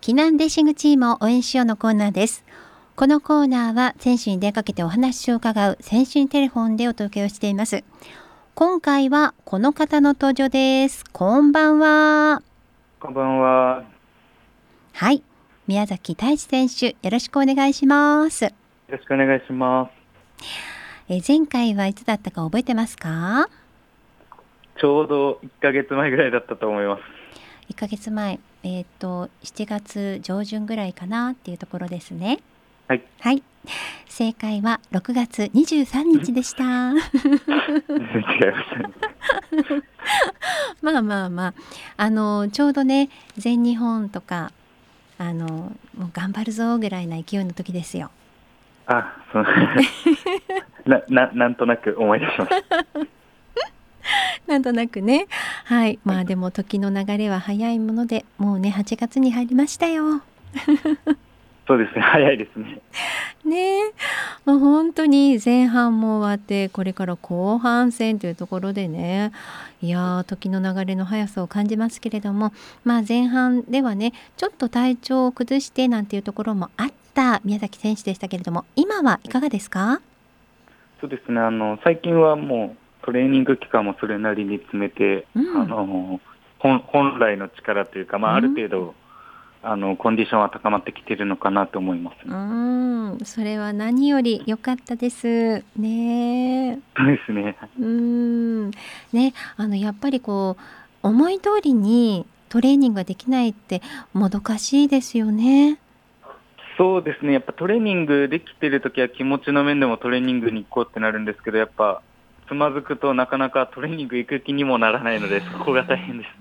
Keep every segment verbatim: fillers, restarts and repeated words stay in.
避難レーシングチームを応援しようのコーナーです。このコーナーは選手に電話かけてお話を伺う選手にテレフォンでお届けをしています。今回はこの方の登場です。こんばんは。 こんばんは。 はい、宮崎太一選手、よろしくお願いします。よろしくお願いします。 え前回はいつだったか覚えてますか？ ちょうどいっかげつまえぐらいだったと思います。 いっかげつまえ、えっとしちがつ上旬ぐらいかなっていうところですね。 はい、 はい、正解はろくがつにじゅうさんにちでした。 違いましたね。 まあまあまあ、あのちょうどね、全日本とかあのもう頑張るぞぐらいな勢いの時ですよ。 あ、そうなななんとなく思い出しました。 なんとなくね。はい、まあでも時の流れは早いもので、もうねはちがつに入りましたよ。 そうですね、早いですね。 ねえ、もう本当に前半も終わってこれから後半戦というところでね、いやー時の流れの速さを感じますけれども、まあ前半ではねちょっと体調を崩してなんていうところもあった宮崎選手でしたけれども、今はいかがですか？ そうですね、あの最近はもうトレーニング期間もそれなりに詰めて、 うん、 あの本本来の力というか、まあ、ある程度あのコンディションは高まってきているのかなと思います、ね。 うーん、それは何より良かったですね。 そうですね。 うーん、ね、あのやっぱりこう思い通りにトレーニングができないってもどかしいですよね。 そうですね、やっぱトレーニングできてるときは気持ちの面でもトレーニングに行こうってなるんですけど、やっぱつまずくとなかなかトレーニング行く気にもならないので、そこが大変です。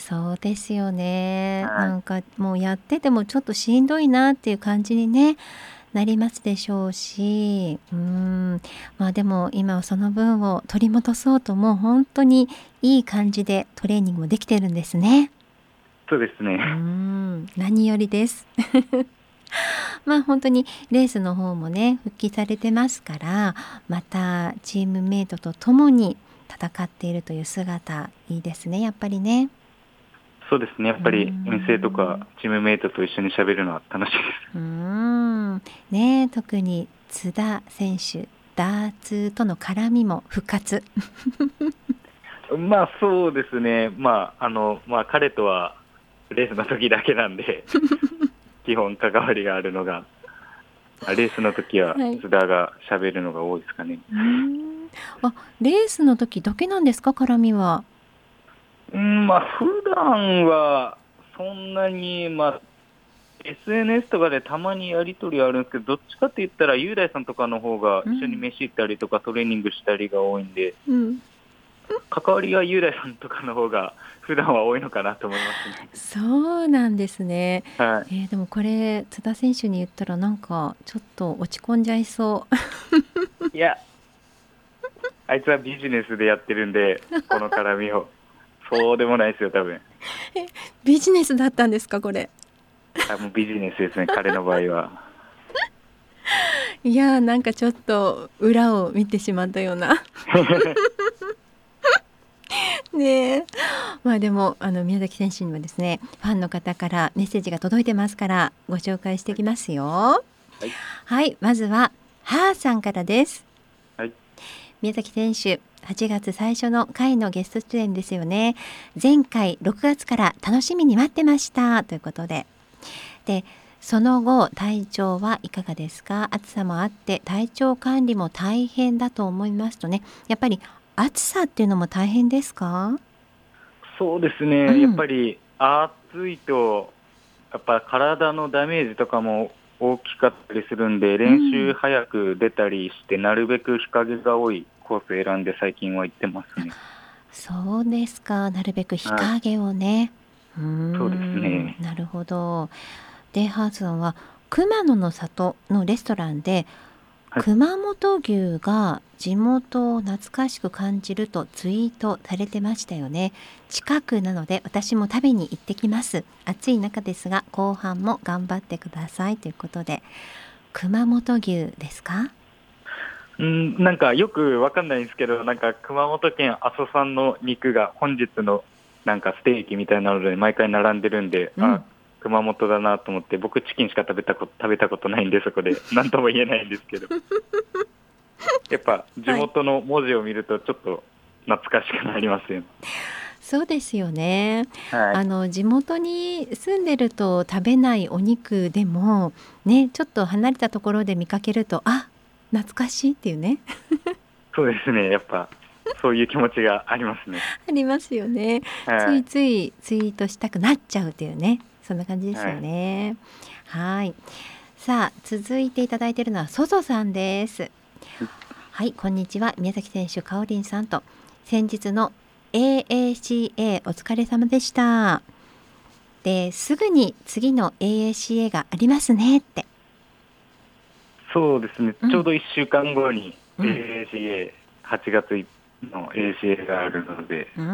そうですよね。 はい、 なんかもうやっててもちょっとしんどいなっていう感じにねなりますでしょうし、うーん、まあでも今はその分を取り戻そうともう本当にいい感じでトレーニングもできてるんですね。 そうですね。 うーん、何よりです。まあ本当にレースの方もね復帰されてますから、またチームメイトと共に戦っているという姿いいですね、やっぱりね。 そうですね、やっうーぱり遠征とかん、 チームメイトと一緒に喋るのは楽しいでうーん、ね、特に津田選手ダーツとの絡みも復活。 す。まあそうですね、まああのまあ彼とはレースの時だけなんで、基本関わりがあるのが、レースの時ははい、 津田が喋るのが多いですかね。 うーん、あ、レースの時だけなんですか、絡みは。 うん、まあ普段はそんなに、まあ エスエヌエス とかでたまにやり取りあるんですけど、どっちかって言ったら雄大さんとかの方が一緒にうん、 飯行ったりとかトレーニングしたりが多いんで、 うん、 関わりが雄大さんとかの方が普段は多いのかなと思いますね。 そうなんですね。 はい。 えー、でもこれ津田選手に言ったらなんかちょっと落ち込んじゃいそう。 いや、あいつはビジネスでやってるんで、この絡みを。そうでもないですよ、多分。 ビジネスだったんですか、これ。 あ、もうビジネスですね、彼の場合は。 いやー、なんかちょっと裏を見てしまったような。ねえ。まあでもあの宮崎選手にはですねファンの方からメッセージが届いてますからご紹介していきますよ。 はい。 はい、まずははーさんからです。 はい。 宮崎選手、はちがつ最初の回のゲスト出演ですよね。前回ろくがつから楽しみに待ってましたということで、でその後体調はいかがですか？暑さもあって体調管理も大変だと思いますとね、やっぱり暑さっていうのも大変ですか？ そうですね、やっうん、 ぱり暑いと、やっぱ体のダメージとかも大きかったりするんで、練習うん、 早く出たりして、なるべく日陰が多いコースを選んで最近は行ってますね。 そうですか。なるべく日はい。 陰をね。うーそうですん、 ね。 なるほど。で、ハーツさんは熊野の里のレストランではい。 熊本牛が地元を懐かしく感じるとツイートされてましたよね。近くなので私も食べに行ってきます。暑い中ですが後半も頑張ってくださいということで、熊本牛ですか？ うん、なんかよくわかんないんですけど、なんか熊本県阿蘇産の肉が本日のなんかステーキみたいなので毎回並んでるんで、あ、 うん。 熊本だなと思って、僕チキンしか食べたこと食べたことないんで、そこで何とも言えないんですけどやっぱ地元の文字を見るとちょっと懐かしくなりますよね。 そうですよね。 はい、 あの地元に住んでると食べないお肉でもね、ちょっと離れたところで見かけると、あ、懐かしいっていうねそうですね。やっぱそういう気持ちがありますね。 ありますよね。ついはい、 ついツイートしたくなっちゃうっていうね、そんな感じですよはい、 ね。はい。さあ続いていただいているのはソゾさんです。はい、こんにちは。宮崎選手、かおりんさんと先日の エーエーシーエー お疲れ様でした。ですぐに次の エーエーシーエー がありますねって。 そうですね。 うん、 ちょうどいっしゅうかんごにうん、 エーシーエー、はちがつの エーシーエー があるので、 うん、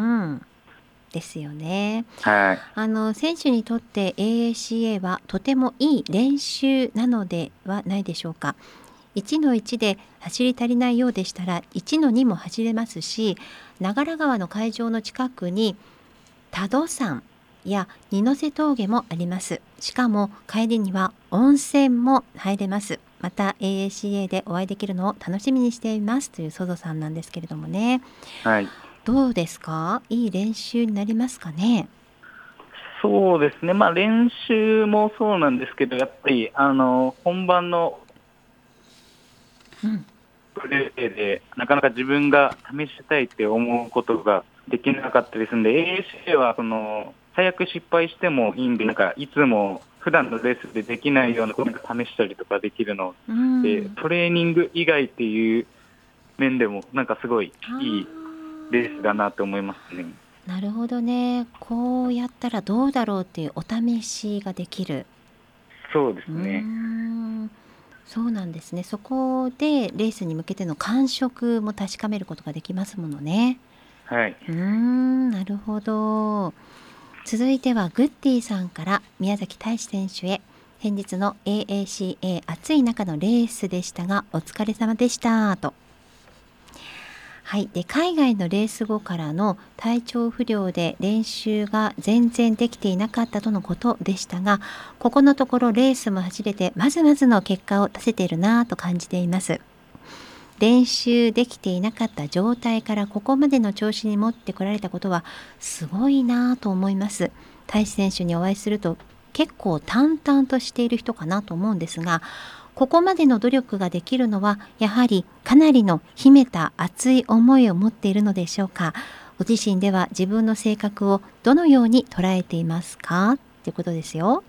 ですよね。 はい、 あの選手にとって エーエーシーエー はとてもいい練習なのではないでしょうか。いちのいちで走り足りないようでしたらいちのにも走れますし、長良川の会場の近くに多度山や二ノ瀬峠もあります。しかも帰りには温泉も入れます。また エーエーシーエー でお会いできるのを楽しみにしていますというソゾさんなんですけれどもね、 はい。 どうですか？いい練習になりますかね？ そうですね。まあ練習もそうなんですけど、やっぱりあの本番のうん、 プレーでなかなか自分が試したいって思うことができなかったりするんで、エーエーシーエー はその最悪失敗してもいいんで、なんかいつも普段のレースでできないようなことを試したりとかできるのうで、 ん、 トレーニング以外っていう面でもなんかすごいあいいレースだなと思いますね。 ー、なるほどね。こうやったらどうだろうっていうお試しができる。 そうでうーすね。 ん、そうなんですね。そこでレースに向けての感触も確かめることができますものね。 はい。 うーん、なるほど。続いてはグッディさんから宮崎大志選手へ。先日の エーエーシーエー 暑い中のレースでしたがお疲れ様でしたと。はい、で海外のレース後からの体調不良で練習が全然できていなかったとのことでしたが、ここのところレースも走れてまずまずの結果を出せているなぁと感じています。練習できていなかった状態からここまでの調子に持ってこられたことはすごいなぁと思います。大志選手にお会いすると結構淡々としている人かなと思うんですが、ここまでの努力ができるのはやはりかなりの秘めた熱い思いを持っているのでしょうか。ご自身では自分の性格をどのように捉えていますかっていうことですよ。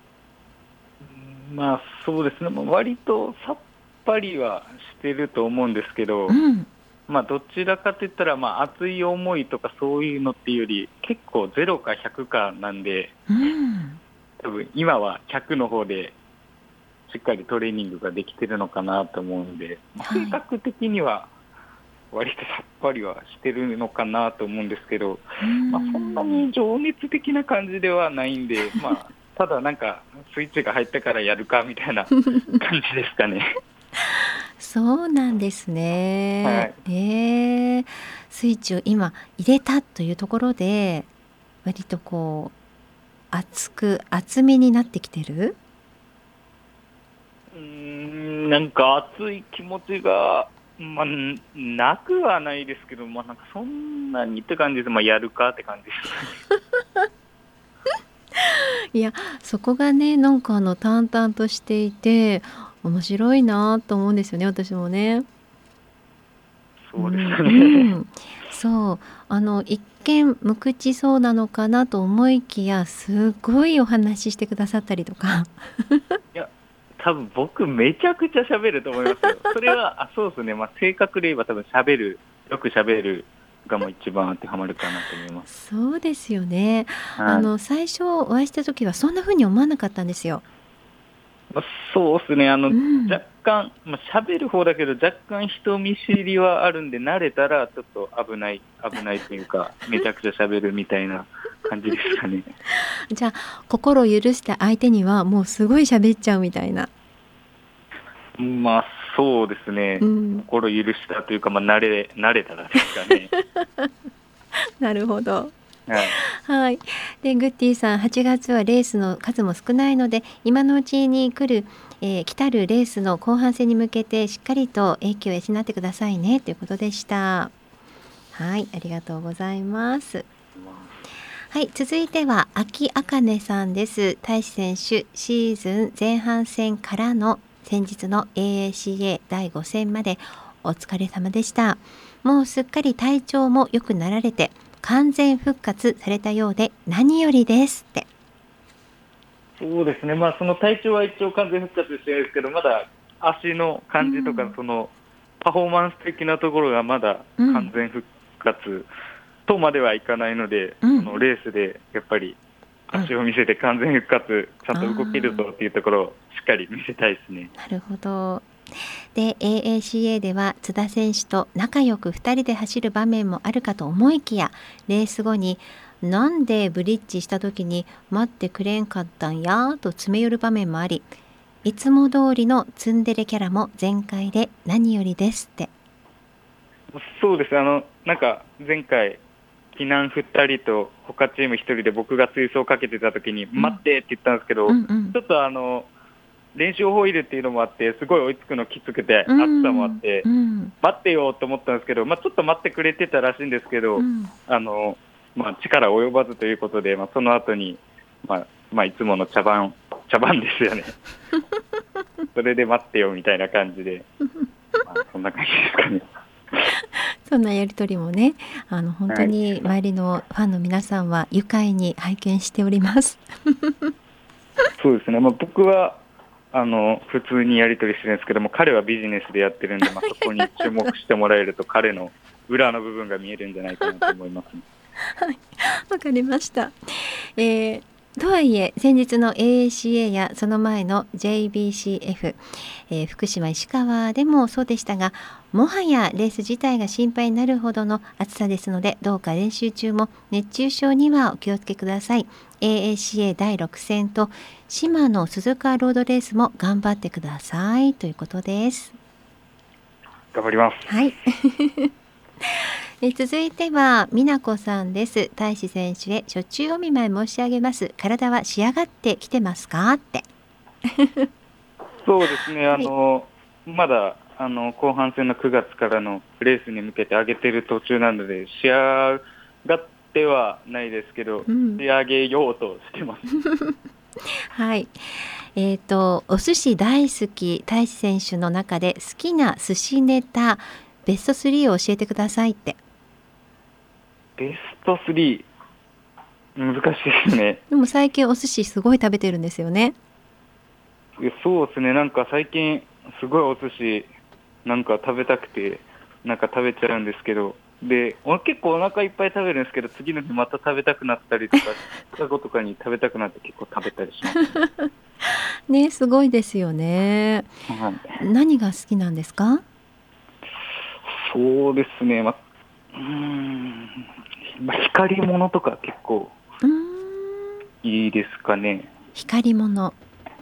まあそうですね。まあ割とさっぱりはしてると思うんですけど、 うん、 まあ、どちらかといったら、まあ、熱い思いとかそういうのっていうより、結構ゼロかひゃくかなんで、 うん、 多分今はひゃくの方でしっかりトレーニングができてるのかなと思うんで、まあ、 はい。 性格的には割とさっぱりはしてるのかなと思うんですけど、 うーまあ、そんなん。 に情熱的な感じではないんで、まあ、ただなんかスイッチが入ったからやるかみたいな感じですかね。 そうなんですね。 はい。 ええ、スイッチを今入れたというところで、割とこう熱く厚めになってきてる？ うーん、なんか熱い気持ちが、まあ、んなくはないですけど、まあ、なんかそんなにって感じで、まあ、やるかって感じですかね。 いや、そこがね、なんかあの淡々としていて、面白いなと思うんですよね、私もね。うそうですん、うかね。 ん。そう、あの一見無口そうなのかなと思いきや、すごいお話ししてくださったりとか。 いや、多分僕めちゃくちゃ喋ると思いますよ。それは、あ、そうですね。まあ、性格で言えば多分喋る、よく喋るがもう一番当てはまるかなと思います。 そうですよね。あはい。 の最初お会いした時はそんな風に思わなかったんですよ。 まあ、そうですね。あの、 うん。 若干、まあ、喋る方だけど、若干人見知りはあるんで、慣れたらちょっと危ない、危ないというか、めちゃくちゃ喋るみたいな感じですかね。 じゃあ心を許した相手にはもうすごい喋っちゃうみたいな。 まあ、そうですね。 うん。 心許したというか、まあ、慣れ、慣れたらですかね。 なるほど。 はい、 はい。で、グッディさん、はちがつはレースの数も少ないので、今のうちに来る、えー来たるレースの後半戦に向けてしっかりと英気を養ってくださいねということでした。はい、ありがとうございます。はい、続いては秋あかねさんです。大志選手、シーズン前半戦からの先日の エーエーシーエー だいご戦までお疲れ様でした。もうすっかり体調も良くなられて完全復活されたようで何よりですって。 そうですね、まあ、その体調は一応完全復活してるんですけど、まだ足の感じとか、 うん、 そのパフォーマンス的なところがまだうん、 完全復活とまではいかないので、 うん、 そのレースでやっぱりうん、 足を見せて完全復活、ちゃんあと動けるぞっていうところをしっかり見せたいですね。 ー、なるほど。で エーエーシーエー では津田選手と仲良くふたりで走る場面もあるかと思いきや、レース後になんでブリッジした時に待ってくれんかったんやと詰め寄る場面もあり、いつも通りのツンデレキャラも全開で何よりですって。 そうです、あのなんか前回、避難ふたりと他チームひとりで僕が追走をかけてた時に、 うん待ってって言ったんですけど、 うんうん、 ちょっとあの練習ホイールっていうのもあって、すごい追いつくのきつくて、 う暑さもあっんて、 うん待ってよと思ったんですけど、まあ、ちょっと待ってくれてたらしいんですけど、 うん、 あのまあ、力及ばずということで、まあ、その後に、まあまあ、いつもの茶番、茶番ですよね。それで待ってよみたいな感じで、まあ、そんな感じですかね。 そんなやり取りもね、あの本当はい、 に周りのファンの皆さんは愉快に拝見しております。 そうですね、まあ、僕はあの普通にやり取りしてるんですけども、彼はビジネスでやってるんで、まあ、そこに注目してもらえると、彼の裏の部分が見えるんじゃないかなと思いますね。 はい、わかりました。えーとはいえ先日の エーエーシーエー やその前の ジェイビーシーエフ、えー福島石川でもそうでしたが、もはやレース自体が心配になるほどの暑さですので、どうか練習中も熱中症にはお気をつけください。 エーエーシーエー だいろく戦と島の鈴鹿ロードレースも頑張ってくださいということです。 頑張ります。 はいえ続いては美奈子さんです。大志選手へ初中お見舞い申し上げます。体は仕上がってきてますかって。 そうですね、あはい、 のまだあの後半戦のくがつからのレースに向けて上げてる途中なので、仕上がってはないですけど、 うん、 仕上げようとしてます。 はい。えっ、とお寿司大好き大志選手の中で好きな寿司ネタベストスリーを教えてくださいって。 ベストスリー、難しいですね。 でも最近お寿司すごい食べてるんですよね。 いやそうですね、なんか最近、すごいお寿司、なんか食べたくて、なんか食べちゃうんですけど、で俺結構お腹いっぱい食べるんですけど、次の日また食べたくなったりとか、ふつかごとかに食べたくなって結構食べたりしますね。 ね、すごいですよね。 はい、 何が好きなんですか？ そうですね、まあ、うーん、まあ、光り物とか結構うーん、 いいですかね。 光り物。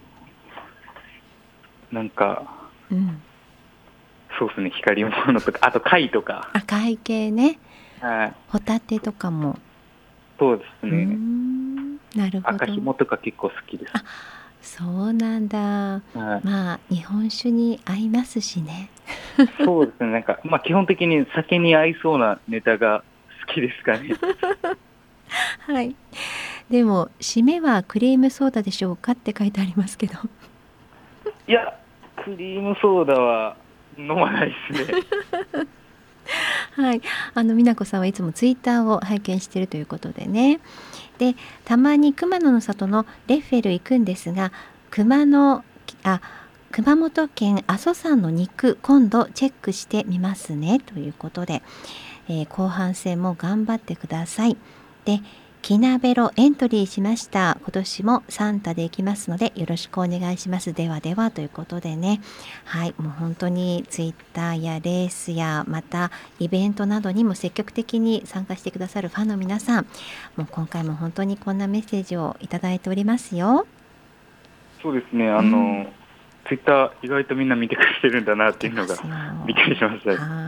なんか、 うん。 そうですね、光り物とか、あと貝とか、 赤い系ね。 はい、 ホタテとかも。 そうですうーね、 ん、なるほ赤ど。 紐とか結構好きです。 あ、そうなんだ。 はい、 まあ日本酒に合いますしね。 そうですね、なんか、まあ、基本的に酒に合いそうなネタが好きですかね。 はい。でも締めはクリームソーダでしょうかって書いてありますけど。 いや、クリームソーダは飲まないですね。 はい。あの美奈子さんはいつもツイッターを拝見しているということでね。で、たまに熊野の里のレッフェル行くんですが、熊野あ熊本県阿蘇山の肉今度チェックしてみますねということで、えー後半戦も頑張ってください。で、きなべろエントリーしました。今年もサンタで行きますのでよろしくお願いします。ではではということでね。はい、もう本当にツイッターやレースやまたイベントなどにも積極的に参加してくださるファンの皆さん、もう今回も本当にこんなメッセージをいただいておりますよ。 そうですね、あうん、 の、ツイッター意外とみんな見てくれてるんだなっていうのが出ますよ。 びっくりしました。 はい。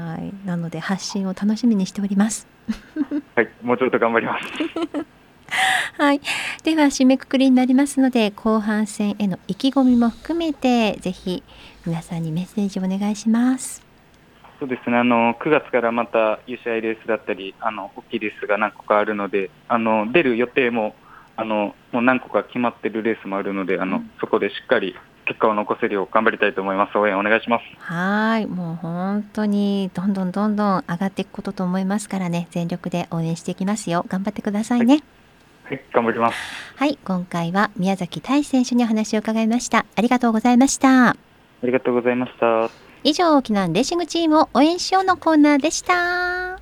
なので発信を楽しみにしております。 はい、もうちょっと頑張ります。 はい、では締めくくりになりますので、後半戦への意気込みも含めてぜひ皆さんにメッセージをお願いします。 そうですね、あのくがつからまた ユーシーアイ レースだったり、あの大きいレースが何個かあるので、あの出る予定もあのもう何個か決まってるレースもあるので、あの、うん、そこでしっかり結果を残せるよう頑張りたいと思います。応援お願いします。 はい、もう本当にどんどんどんどん上がっていくことと思いますからね、全力で応援していきますよ。頑張ってくださいね。 はい、はい、頑張ります。 はい、今回は宮崎大選手にお話を伺いました。ありがとうございました。 ありがとうございました。 以上、沖縄レーシングチームを応援しようのコーナーでした。